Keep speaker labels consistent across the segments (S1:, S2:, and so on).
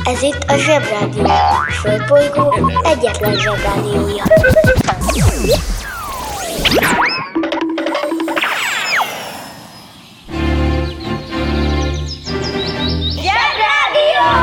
S1: Ez itt a Zsebrádió, a Földbolygó egyetlen Zsebrádiója. Zsebrádió!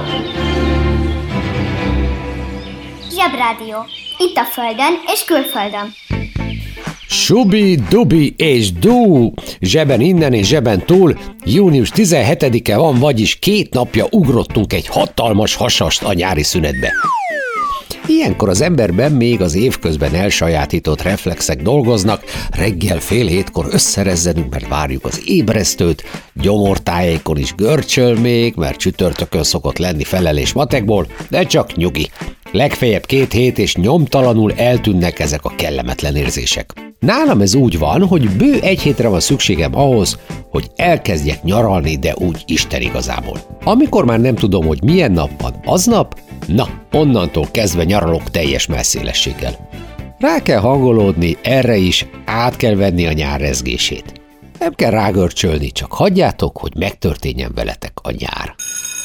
S1: Zsebrádió. Itt a Földön és külföldön.
S2: Subi, dubi és dú! Zseben innen és zseben túl, június 17-e van, vagyis 2 napja ugrottunk egy hatalmas hasast a nyári szünetbe. Ilyenkor az emberben még az évközben elsajátított reflexek dolgoznak, reggel 6:30 összerezzenünk, mert várjuk az ébresztőt, gyomortájékon is görcsöl még, mert csütörtökön szokott lenni felelés matekból, de csak nyugi. Legfeljebb 2 hét és nyomtalanul eltűnnek ezek a kellemetlen érzések. Nálam ez úgy van, hogy bő 1 hétre van szükségem ahhoz, hogy elkezdjek nyaralni, de úgy Isten igazából. Amikor már nem tudom, hogy milyen nap van aznap, na, onnantól kezdve nyaralok teljes messzélességgel. Rá kell hangolódni, erre is át kell venni a nyár rezgését. Nem kell rágörcsölni, csak hagyjátok, hogy megtörténjen veletek a nyár.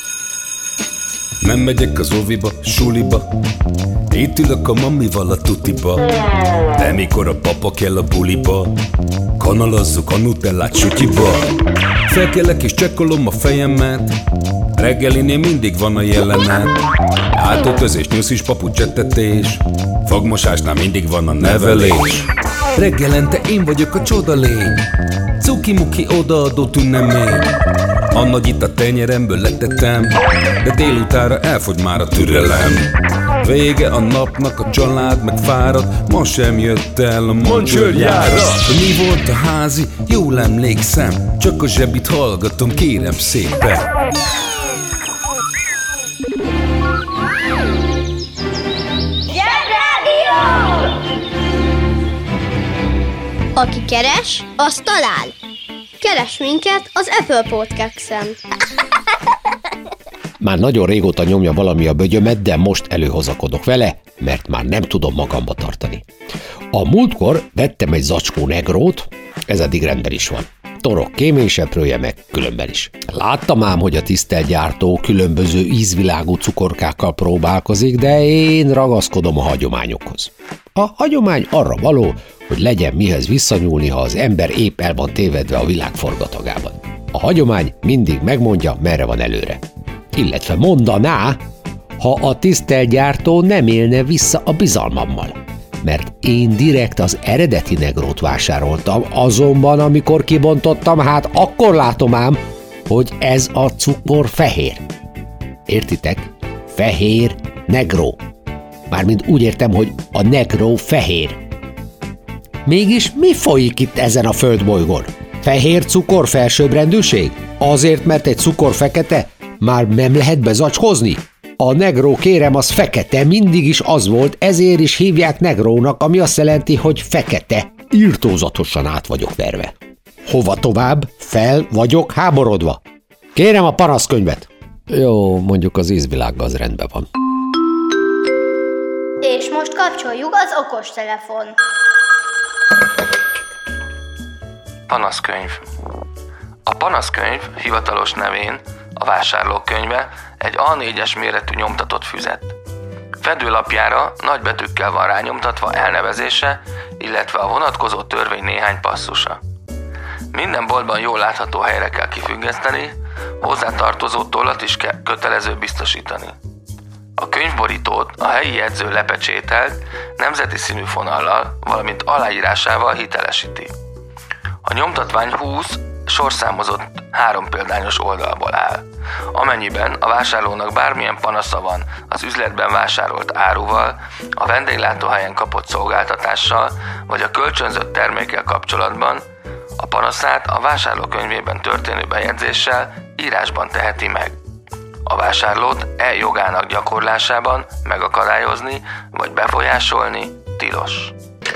S3: Nem megyek az óviba, suliba, itt ülök a mamival a tutiba, de mikor a papa kell a buliba, kanalazzuk a nutellát sütiba. Felkelek és csekkolom a fejemet, reggelinél mindig van a jelenet. Átöltözés, nyuszis, papucsettetés, fogmosásnál mindig van a nevelés. Reggelente én vagyok a csodalény, cuki-muki odaadó tünemény. A nagy itt a tenyeremből letettem, de délutára elfogy már a türelem. Vége a napnak, a család megfárad, ma sem jött el a mancsőrjára. Mi volt a házi? Jól emlékszem, csak a zsebit hallgatom, kérem szépen.
S1: Aki keres, az talál. Keres minket az Apple Podcast-en.
S2: Már nagyon régóta nyomja valami a bögyömet, de most előhozakodok vele, mert már nem tudom magamba tartani. A múltkor vettem egy zacskó negrót, ez eddig rendben is van. Torok kéményseprője meg különben is. Láttam ám, hogy a tisztelt gyártó különböző ízvilágú cukorkákkal próbálkozik, de én ragaszkodom a hagyományokhoz. A hagyomány arra való, hogy legyen mihez visszanyúlni, ha az ember épp el van tévedve a világ forgatagában. A hagyomány mindig megmondja, merre van előre. Illetve mondaná, ha a tisztelt gyártó nem élne vissza a bizalmammal. Mert én direkt az eredeti negrót vásároltam, azonban amikor kibontottam, hát akkor látom ám, hogy ez a cukor fehér. Értitek? Fehér negró. Mármint úgy értem, hogy a negró fehér. Mégis mi folyik itt ezen a földbolygón? Fehér cukor felsőbbrendűség? Azért, mert egy cukor fekete? Már nem lehet bezacskozni? A negró, kérem, az fekete, mindig is az volt, ezért is hívják negrónak, ami azt jelenti, hogy fekete. Irtózatosan át vagyok verve. Hova tovább? Fel vagyok háborodva. Kérem a panaszkönyvet. Jó, mondjuk az ízvilággal az rendben van.
S1: És most kapcsoljuk az okostelefon.
S4: Panaszkönyv. A panaszkönyv hivatalos nevén a vásárlókönyve egy A4-es méretű nyomtatott füzet. Fedőlapjára nagybetűkkel van rányomtatva elnevezése, illetve a vonatkozó törvény néhány passzusa. Minden boltban jól látható helyre kell kifüggeszteni, hozzátartozó tollat is kötelező biztosítani. A könyvborítót a helyi jegyző lepecsételt, nemzeti színű fonallal, valamint aláírásával hitelesíti. A nyomtatvány 20 sorszámozott 3 példányos oldalból áll. Amennyiben a vásárlónak bármilyen panasza van az üzletben vásárolt áruval, a vendéglátóhelyen kapott szolgáltatással vagy a kölcsönzött termékkel kapcsolatban, a panaszát a vásárlókönyvében történő bejegyzéssel írásban teheti meg. A vásárlót jogának gyakorlásában megakadályozni vagy befolyásolni tilos.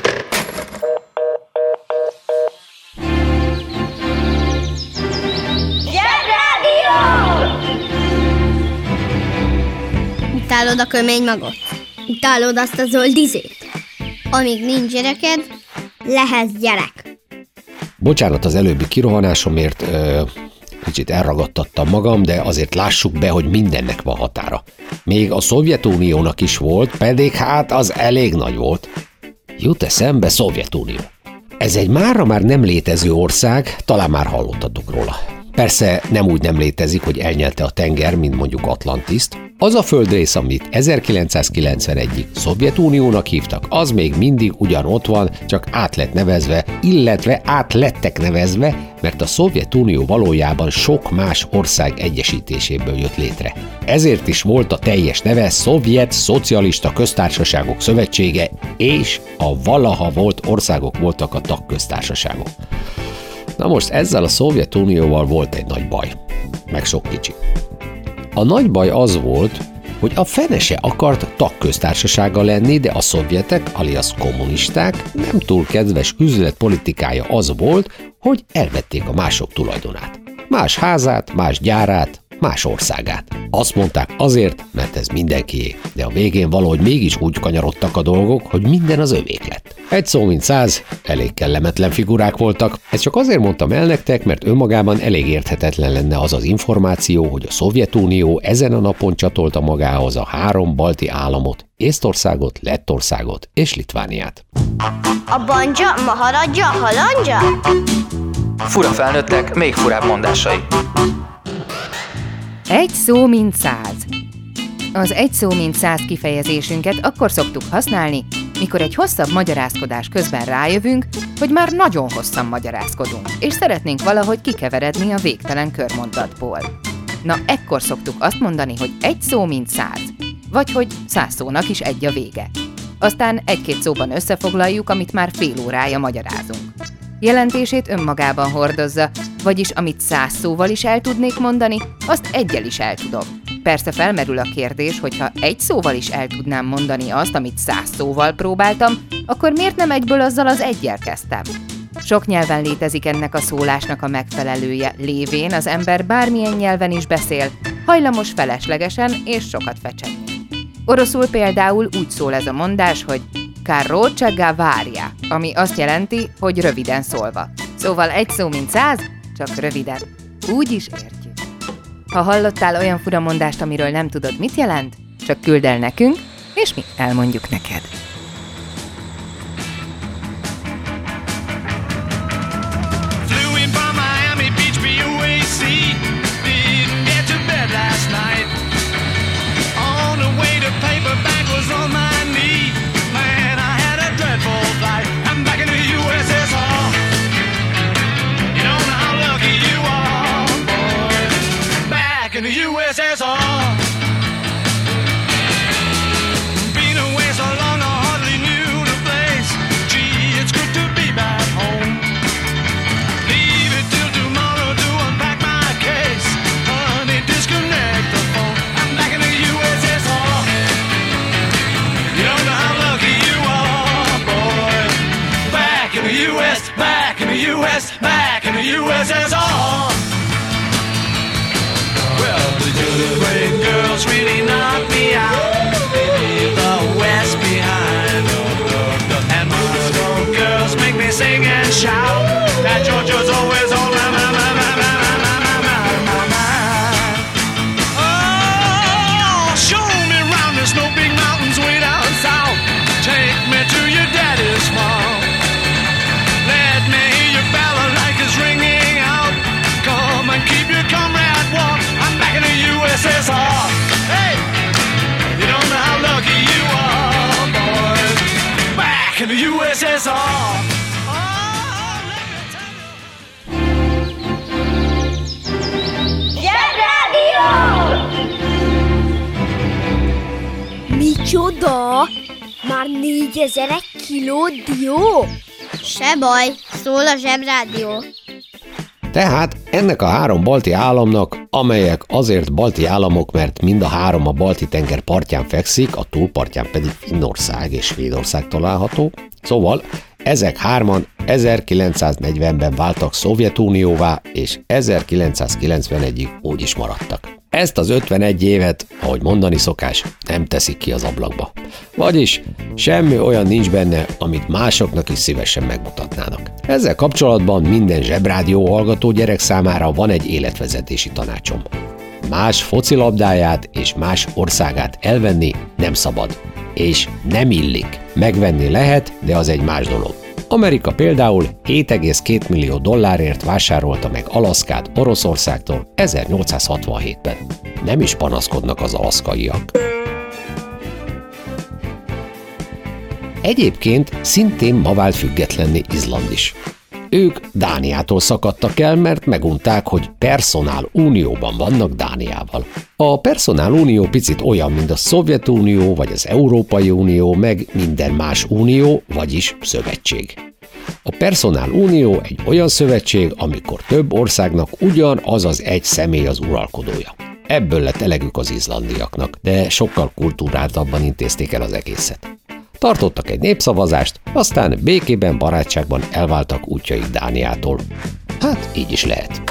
S1: Utálod a kömény magot? Utálod azt a zöld izét? Amíg nincs gyereked, lehetsz gyerek.
S2: Bocsánat az előbbi kirohanásomért, kicsit elragadtattam magam, de azért lássuk be, hogy mindennek van határa. Még a Szovjetuniónak is volt, pedig hát az elég nagy volt. Jut eszembe Szovjetunió. Ez egy mára már nem létező ország, talán már hallottatok róla. Persze nem úgy nem létezik, hogy elnyelte a tenger, mint mondjuk Atlantiszt. Az a földrész, amit 1991-ig Szovjetuniónak hívtak, az még mindig ugyanott van, csak át lett nevezve, illetve át lettek nevezve, mert a Szovjetunió valójában sok más ország egyesítéséből jött létre. Ezért is volt a teljes neve Szovjet Szocialista Köztársaságok Szövetsége, és a valaha volt országok voltak a tagköztársaságok. Na most ezzel a Szovjetunióval volt egy nagy baj, meg sok kicsi. A nagy baj az volt, hogy a fene se akart tagköztársasága lenni, de a szovjetek, alias kommunisták nem túl kedves üzletpolitikája az volt, hogy elvették a mások tulajdonát. Más házát, más gyárát, más országát. Azt mondták azért, mert ez mindenkié, de a végén valahogy mégis úgy kanyarodtak a dolgok, hogy minden az övék lett. Egy szó mint 100, elég kellemetlen figurák voltak. Ezt csak azért mondtam el nektek, mert önmagában elég érthetetlen lenne az az információ, hogy a Szovjetunió ezen a napon csatolta magához a 3 balti államot, Észtországot, Lettországot és Litvániát.
S1: A banja, maharadja, halandja?
S4: Fura felnőttek, még furább mondásai.
S5: Egy szó mint 100. Az egy szó mint 100 kifejezésünket akkor szoktuk használni, mikor egy hosszabb magyarázkodás közben rájövünk, hogy már nagyon hosszan magyarázkodunk, és szeretnénk valahogy kikeveredni a végtelen körmondatból. Na, ekkor szoktuk azt mondani, hogy egy szó mint 100, vagy hogy 100 szónak is egy a vége. Aztán 1-2 szóban összefoglaljuk, amit már fél órája magyarázunk. Jelentését önmagában hordozza, vagyis amit 100 szóval is el tudnék mondani, azt egyel is el tudom. Persze felmerül a kérdés, hogy ha 1 szóval is el tudnám mondani azt, amit 100 szóval próbáltam, akkor miért nem egyből azzal az egyel kezdtem? Sok nyelven létezik ennek a szólásnak a megfelelője, lévén az ember bármilyen nyelven is beszél, hajlamos feleslegesen és sokat fecsegni. Oroszul például úgy szól ez a mondás, hogy Korotche govorja, ami azt jelenti, hogy röviden szólva. Szóval egy szó mint 100, csak röviden. Úgy is értjük. Ha hallottál olyan furamondást, amiről nem tudod, mit jelent, csak küld el nekünk, és mi elmondjuk neked.
S6: In the USSR. Been away so long I hardly knew the place. Gee, it's good to be back home. Leave it till tomorrow to unpack my case. Honey, disconnect the phone. I'm back in the USSR. You don't know how lucky you are, boy. Back in the US, back in the US, back in the USSR. Well, the good girls really knock me out. They leave the West behind. And Moscow girls make me sing and shout. That Georgia's always on my mind. Oh, show me round, there's no big mountains way down south. Take me to your daddy's farm. Let me hear your balalaikas ringing out. Come and keep your comrade warm. I'm back in the USSR. Hey, you don't know how lucky you are, boys. Back in the USSR.
S1: Zsebrádió! Micsoda? Már 4000 kiló dió? Se baj, szól a Zsebrádió.
S2: Tehát ennek a 3 balti államnak, amelyek azért balti államok, mert mind a 3 a Balti-tenger partján fekszik, a túlpartján pedig Finnország és Svédország található. Szóval ezek 3-an 1940-ben váltak Szovjetunióvá, és 1991-ig úgy is maradtak. ezt az 51 évet, ahogy mondani szokás, nem teszik ki az ablakba. Vagyis semmi olyan nincs benne, amit másoknak is szívesen megmutatnának. Ezzel kapcsolatban minden Zsebrádió hallgató gyerek számára van egy életvezetési tanácsom. Más focilabdáját és más országát elvenni nem szabad. És nem illik. Megvenni lehet, de az egy más dolog. Amerika például $7,2 millió vásárolta meg Alaszkát Oroszországtól 1867-ben. Nem is panaszkodnak az alaszkaiak. Egyébként szintén ma vált függetlenné Izland is. Ők Dániától szakadtak el, mert megunták, hogy personál unióban vannak Dániával. A personál unió picit olyan, mint a Szovjetunió, vagy az Európai Unió, meg minden más unió, vagyis szövetség. A personál unió egy olyan szövetség, amikor több országnak ugyanaz az egy személy az uralkodója. Ebből lett elegük az izlandiaknak, de sokkal kultúráltabban intézték el az egészet. Tartottak egy népszavazást, aztán békében, barátságban elváltak útjaik Dániától. Hát így is lehet.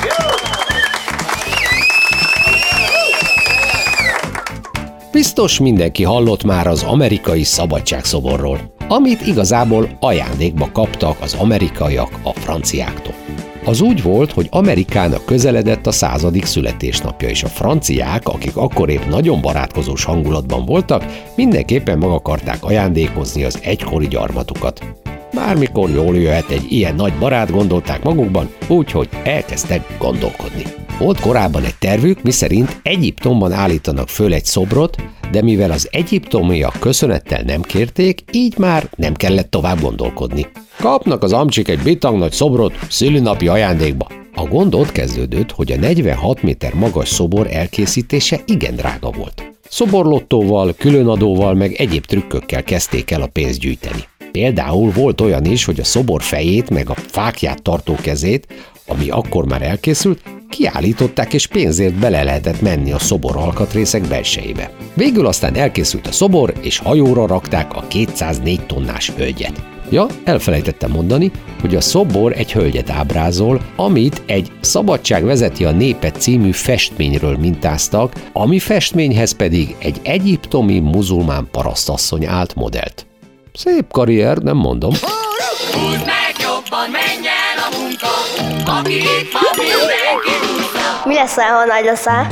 S2: Biztos mindenki hallott már az amerikai szabadságszoborról, amit igazából ajándékba kaptak az amerikaiak a franciáktól. Az úgy volt, hogy Amerikának közeledett a 100. születésnapja, és a franciák, akik akkor épp nagyon barátkozós hangulatban voltak, mindenképpen meg akarták ajándékozni az egykori gyarmatukat. Bármikor jól jöhet egy ilyen nagy barát, gondolták magukban, úgyhogy elkezdtek gondolkodni. Volt korábban egy tervük, miszerint Egyiptomban állítanak föl egy szobrot, de mivel az egyiptomiak köszönettel nem kérték, így már nem kellett tovább gondolkodni. Kapnak az amcsik egy bitang nagy szobrot szülinapi ajándékba. A gond ott kezdődött, hogy a 46 méter magas szobor elkészítése igen drága volt. Szoborlottóval, különadóval meg egyéb trükkökkel kezdték el a pénzt gyűjteni. Például volt olyan is, hogy a szobor fejét meg a fáklyát tartó kezét, ami akkor már elkészült, kiállították, és pénzért bele lehetett menni a szobor alkatrészek belsejébe. Végül aztán elkészült a szobor, és hajóra rakták a 204 tonnás hölgyet. Ja, elfelejtettem mondani, hogy a szobor egy hölgyet ábrázol, amit egy Szabadság vezeti a népet című festményről mintáztak, ami festményhez pedig egy egyiptomi muzulmán parasztasszony állt modellt. Szép karrier, nem mondom.
S7: Húzd meg jobban, menj el a munka, aki itt van, mindenki húzza.
S1: Mi leszel, ha nagy leszel?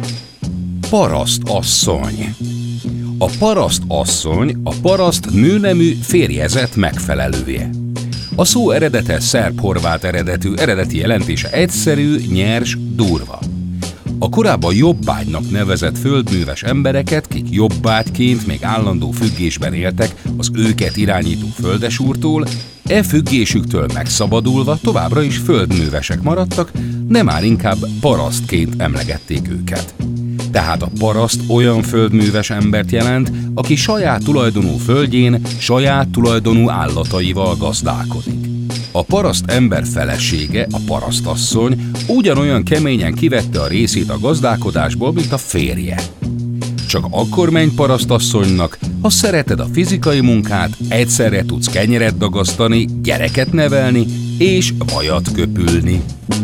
S3: Parasztasszony. A parasztasszony a paraszt nőnemű férjezet megfelelője. A szó eredete szerb-horvát eredeti jelentése egyszerű, nyers, durva. A korábban jobbágynak nevezett földműves embereket, kik jobbágyként még állandó függésben éltek az őket irányító földesúrtól, függésüktől megszabadulva továbbra is földművesek maradtak, nem már inkább parasztként emlegették őket. Tehát a paraszt olyan földműves embert jelent, aki saját tulajdonú földjén, saját tulajdonú állataival gazdálkodik. A paraszt ember felesége, a parasztasszony ugyanolyan keményen kivette a részét a gazdálkodásból, mint a férje. Csak akkor menj parasztasszonynak, ha szereted a fizikai munkát, egyszerre tudsz kenyeret dagasztani, gyereket nevelni és vajat köpülni.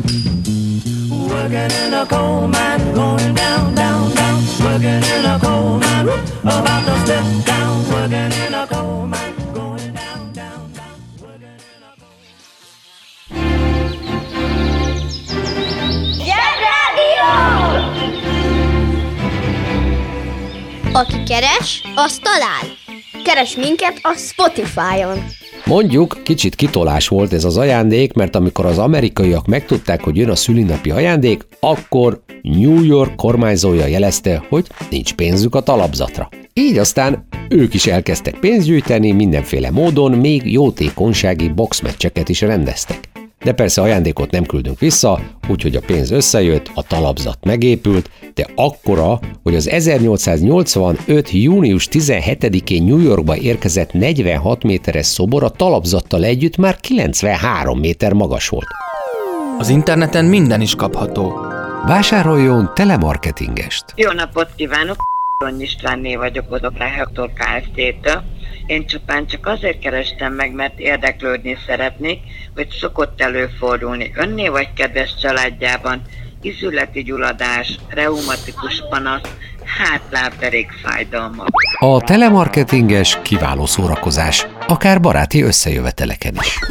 S7: Working in a coal mine, going down, down, down. Working in a coal mine, about to step down. Working in a coal mine, going down, down, down. Working in a coal
S1: Zsebrádió! Aki keres, az talál. Keres minket a Spotify-on.
S2: Mondjuk, kicsit kitolás volt ez az ajándék, mert amikor az amerikaiak megtudták, hogy jön a szülinapi ajándék, akkor New York kormányzója jelezte, hogy nincs pénzük a talapzatra. Így aztán ők is elkezdtek pénzt gyűjteni mindenféle módon, még jótékonysági boxmeccseket is rendeztek. De persze ajándékot nem küldünk vissza, úgyhogy a pénz összejött, a talapzat megépült, de akkora, hogy az 1885. június 17-én New Yorkba érkezett 46 méteres szobor a talapzattal együtt már 93 méter magas volt.
S8: Az interneten minden is kapható.
S2: Vásároljon telemarketingest!
S9: Jó napot kívánok! Tonyi Istvánné vagyok, Bodog Rájhaktor Kft-től. Én csupán csak azért kerestem meg, mert érdeklődni szeretnék, hogy szokott előfordulni önné vagy kedves családjában izületi gyulladás, reumatikus panasz, hátlábderék fájdalmak.
S2: A telemarketinges kiváló szórakozás, akár baráti összejöveteleken is.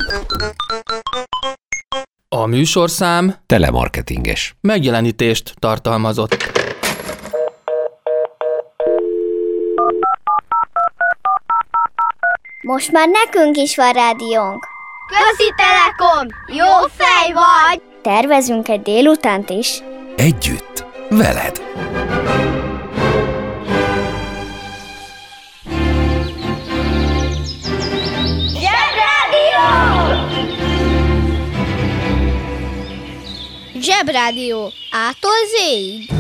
S8: A műsorszám
S2: Telemarketinges.
S8: megjelenítést tartalmazott.
S1: Most már nekünk is van rádiónk. Közi Telekom! Jó fej vagy! Tervezünk egy délutánt is.
S3: Együtt, veled.
S1: Zsebrádió. A-tól Z-ig.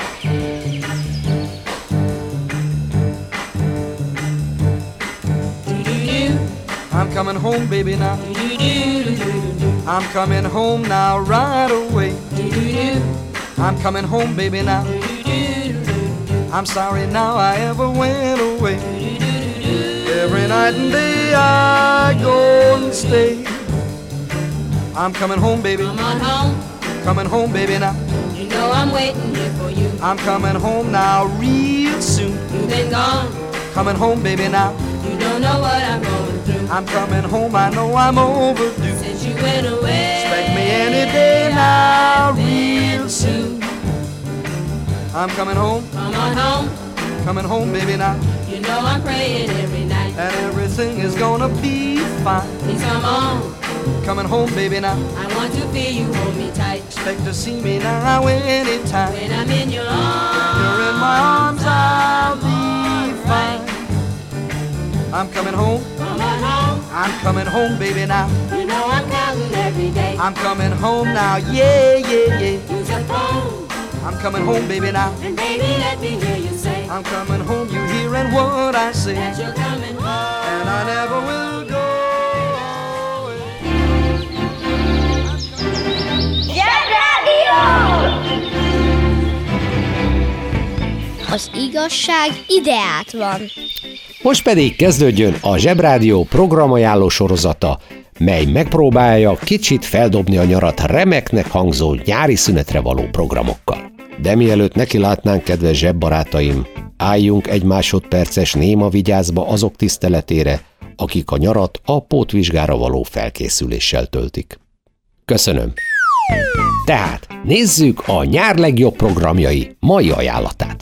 S6: I'm coming home, baby, now. I'm coming home now, right away. I'm coming home, baby, now. I'm sorry now I ever went away. Every night and day I go and stay. I'm coming home, baby.
S10: Come on home.
S6: Coming home, baby, now.
S10: You know I'm waiting here for you.
S6: I'm coming home now real soon.
S10: You've been gone.
S6: Coming home, baby, now.
S10: You don't know what I'm going through.
S6: I'm coming home, I know I'm overdue.
S10: Since you went away.
S6: Expect me any day now real soon. I'm coming home.
S10: Come on home.
S6: Coming home, baby, now.
S10: You know I'm praying every night.
S6: And everything is gonna be fine.
S10: Please come on.
S6: Coming home, baby, now.
S10: I want to feel you hold me tight.
S6: Expect to see me now anytime.
S10: When I'm in your arms.
S6: You're in my arms, I'll be fine. I'm coming home.
S10: Come on home.
S6: I'm coming home, baby, now.
S10: You know I'm counting every day.
S6: I'm coming home now, yeah, yeah, yeah.
S10: Use your phone.
S6: I'm coming home, baby, now.
S10: And baby, let me hear you say.
S6: I'm coming home, you hearing what I say.
S10: That you're coming home.
S6: And I never will go away.
S1: Zsebrádió! Az igazság ideát van.
S2: Most pedig kezdődjön a Zsebrádió programajánló sorozata, mely megpróbálja kicsit feldobni a nyarat remeknek hangzó nyári szünetre való programokkal. De mielőtt nekilátnánk, kedves zsebbarátaim, álljunk egy másodperces néma vigyázba azok tiszteletére, akik a nyarat a pótvizsgára való felkészüléssel töltik. Köszönöm! Tehát nézzük a nyár legjobb programjai mai ajánlatát.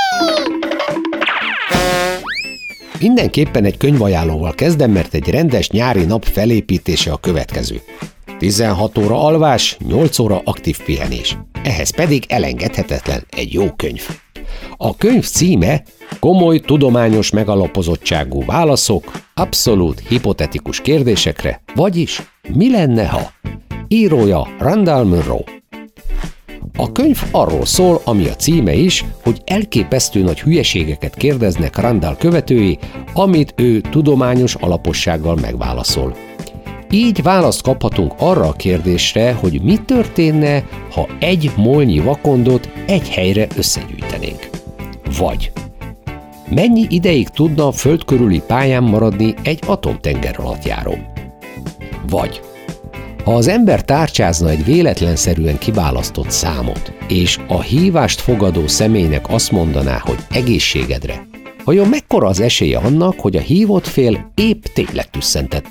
S2: Mindenképpen egy könyvajánlóval kezdem, mert egy rendes nyári nap felépítése a következő. 16 óra alvás, 8 óra aktív pihenés. Ehhez pedig elengedhetetlen egy jó könyv. A könyv címe komoly tudományos megalapozottságú válaszok abszolút hipotetikus kérdésekre, vagyis mi lenne, ha? Írója Randall Munroe. A könyv arról szól, ami a címe is, hogy elképesztő nagy hülyeségeket kérdeznek Randall követői, amit ő tudományos alapossággal megválaszol. Így választ kaphatunk arra a kérdésre, hogy mi történne, ha egy molnyi vakondot egy helyre összegyűjtenénk. Vagy mennyi ideig tudna a föld körüli pályán maradni egy atomtengeralattjáró? Vagy ha az ember tárcsázna egy véletlenszerűen kiválasztott számot, és a hívást fogadó személynek azt mondaná, hogy egészségedre, vajon mekkora az esélye annak, hogy a hívott fél épp tényleg tüsszentett?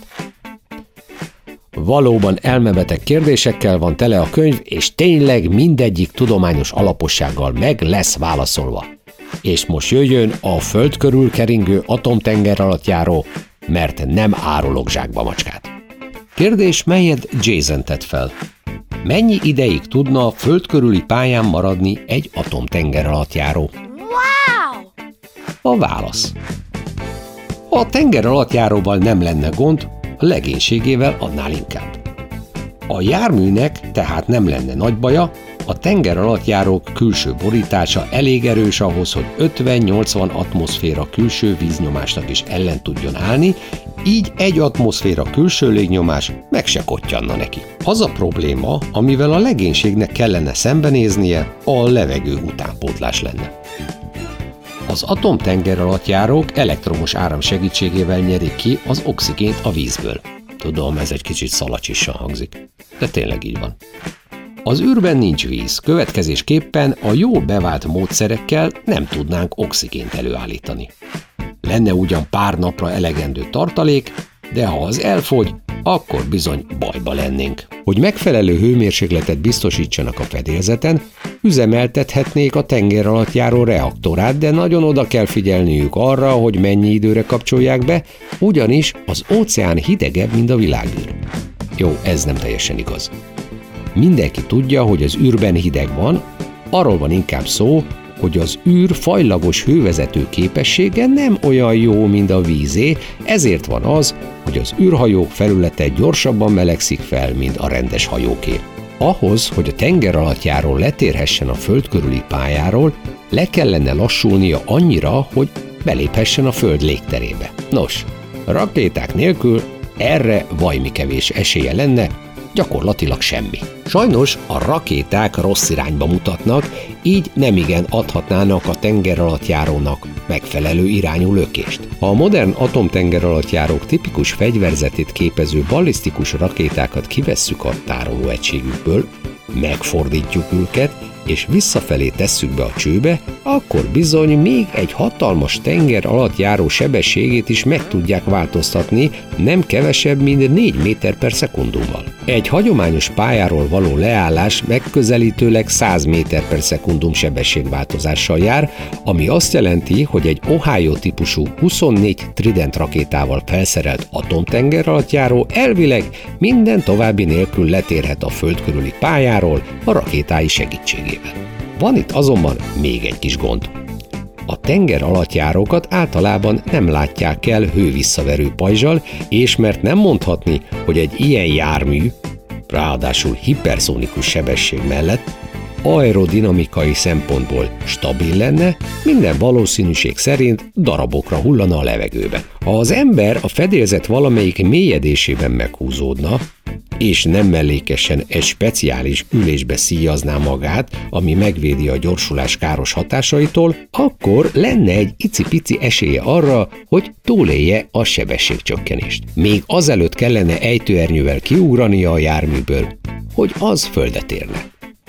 S2: Valóban elmebeteg kérdésekkel van tele a könyv, és tényleg mindegyik tudományos alapossággal meg lesz válaszolva. És most jöjjön a föld körül keringő atomtengeralattjáró, mert nem árulok zsákba macskát. Kérdés, melyet Jason tett fel. Mennyi ideig tudna a föld körüli pályán maradni egy atomtengeralattjáró?
S1: Wow!
S2: A válasz. Ha a tengeralattjáróval nem lenne gond, a legénységével annál inkább. A járműnek tehát nem lenne nagy baja, a tengeralattjárók külső borítása elég erős ahhoz, hogy 50-80 atmoszféra külső víznyomásnak is ellen tudjon állni, így egy atmoszféra külső légnyomás meg se kottyanna neki. Az a probléma, amivel a legénységnek kellene szembenéznie, a levegő utánpótlás lenne. Az atomtengeralattjárók elektromos áram segítségével nyerik ki az oxigént a vízből. Tudom, ez egy kicsit szalacsisan hangzik, de tényleg így van. Az űrben nincs víz, következésképpen a jól bevált módszerekkel nem tudnánk oxigént előállítani. Lenne ugyan pár napra elegendő tartalék, de ha az elfogy, akkor bizony bajba lennénk. Hogy megfelelő hőmérsékletet biztosítsanak a fedélzeten, üzemeltethetnék a tengeralattjáró reaktorát, de nagyon oda kell figyelniük arra, hogy mennyi időre kapcsolják be, ugyanis az óceán hidegebb, mint a világűr. Jó, ez nem teljesen igaz. Mindenki tudja, hogy az űrben hideg van, arról van inkább szó, hogy az űr fajlagos hővezető képessége nem olyan jó, mint a vízé, ezért van az, hogy az űrhajók felülete gyorsabban melegszik fel, mint a rendes hajóké. Ahhoz, hogy a tengeralattjáró letérhessen a föld körüli pályáról, le kellene lassulnia annyira, hogy beléphessen a föld légterébe. Nos, rakéták nélkül erre vajmi kevés esélye lenne, gyakorlatilag semmi. Sajnos a rakéták rossz irányba mutatnak, így nemigen adhatnának a tengeralattjárónak megfelelő irányú lökést. Ha a modern atomtengeralattjárók tipikus fegyverzetét képező ballisztikus rakétákat kivesszük a tárolóegységükből, megfordítjuk őket, és visszafelé tesszük be a csőbe, akkor bizony még egy hatalmas tenger alatt járó sebességét is meg tudják változtatni, nem kevesebb, mint 4 méter per szekundummal. Egy hagyományos pályáról való leállás megközelítőleg 100 méter per szekundum sebességváltozással jár, ami azt jelenti, hogy egy Ohio típusú 24 Trident rakétával felszerelt atomtengeralattjáró elvileg minden további nélkül letérhet a föld körüli pályáról a rakétái segítségével. Van itt azonban még egy kis gond. A tengeralattjárókat általában nem látják el hővisszaverő pajzsal, és mert nem mondhatni, hogy egy ilyen jármű, ráadásul hiperszónikus sebesség mellett aerodinamikai szempontból stabil lenne, minden valószínűség szerint darabokra hullana a levegőbe. Ha az ember a fedélzet valamelyik mélyedésében meghúzódna, és nem mellékesen egy speciális ülésbe szíjazná magát, ami megvédi a gyorsulás káros hatásaitól, akkor lenne egy icipici esélye arra, hogy túlélje a sebességcsökkenést. Még azelőtt kellene ejtőernyővel kiugrania a járműből, hogy az földet érne.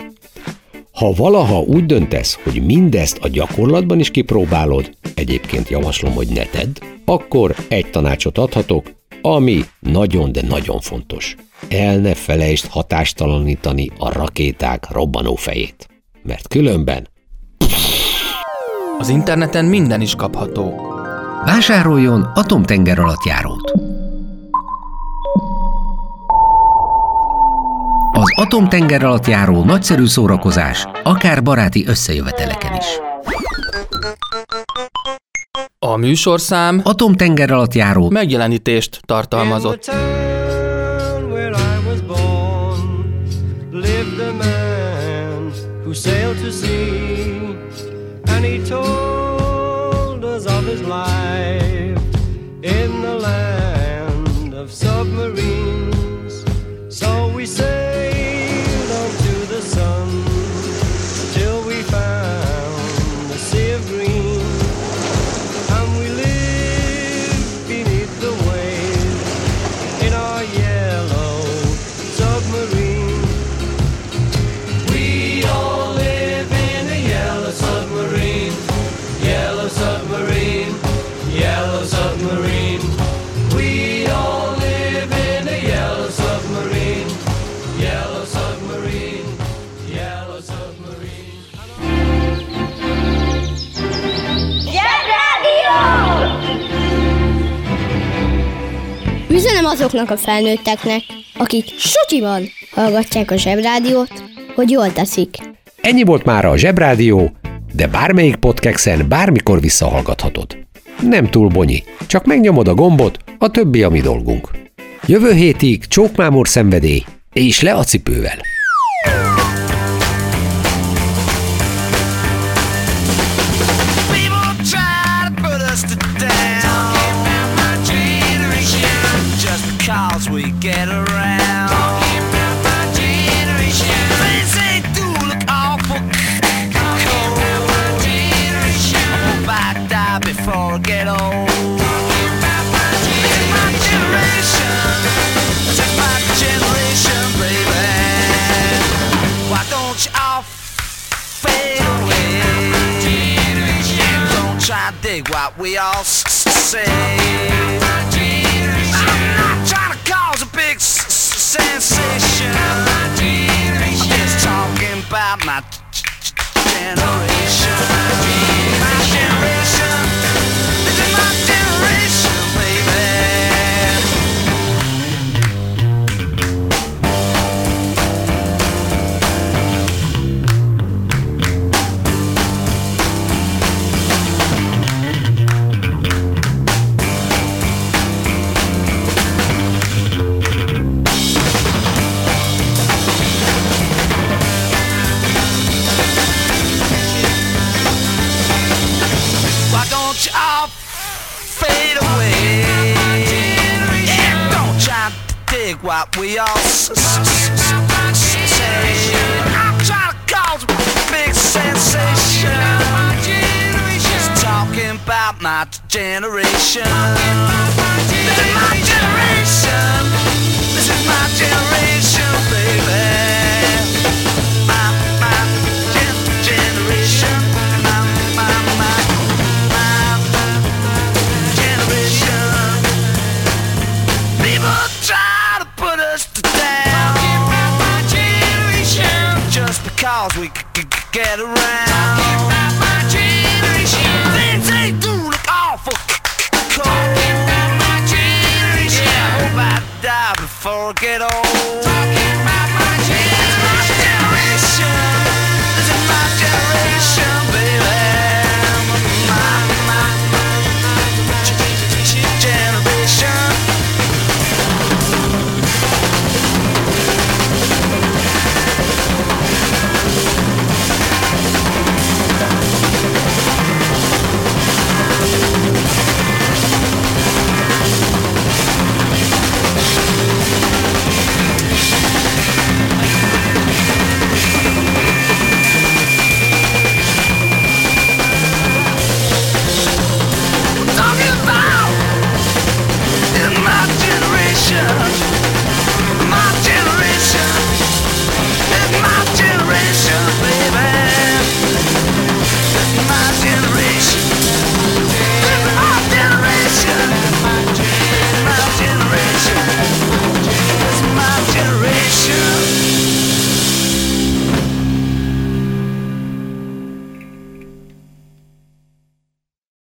S2: Ha valaha úgy döntesz, hogy mindezt a gyakorlatban is kipróbálod, egyébként javaslom, hogy ne tedd, akkor egy tanácsot adhatok, ami nagyon, de nagyon fontos. El ne felejtsd hatástalanítani a rakéták robbanófejét, mert különben...
S8: Az interneten minden is kapható.
S2: Vásároljon atomtengeralattjárót! Az atomtengeralattjáró nagyszerű szórakozás, akár baráti összejöveteleken is.
S8: A műsorszám
S2: atomtengeralattjáró
S8: megjelenítést tartalmazott.
S1: Üzenem azoknak a felnőtteknek, akik sutyiban hallgatják a Zsebrádiót, hogy jól teszik.
S2: Ennyi volt már a Zsebrádió, de bármelyik podcasten bármikor visszahallgathatod. Nem túl bonyi, csak megnyomod a gombot, a többi a mi dolgunk. Jövő hétig csókmámor szenvedély, és le a cipővel!
S6: We get around. Talking about my generation. Things they do look awful cold. My generation. I hope I die before I get old. Talking about my generation. Take my generation, baby.
S11: dig what we all say. I'm not trying to cause a big sensation. I'm just talking about my generation. My generation. This is my generation, baby. Why don't you all fade away? Yeah, don't try to dig what we all say. I'm trying to cause a big sensation. Just talking about my generation. This is my generation. This is my generation, baby. My generation. My generation. People try to put us down. My generation. Just because we get around. My generation. Things they do look awful cold. My generation. Yeah, I hope I die before I get old.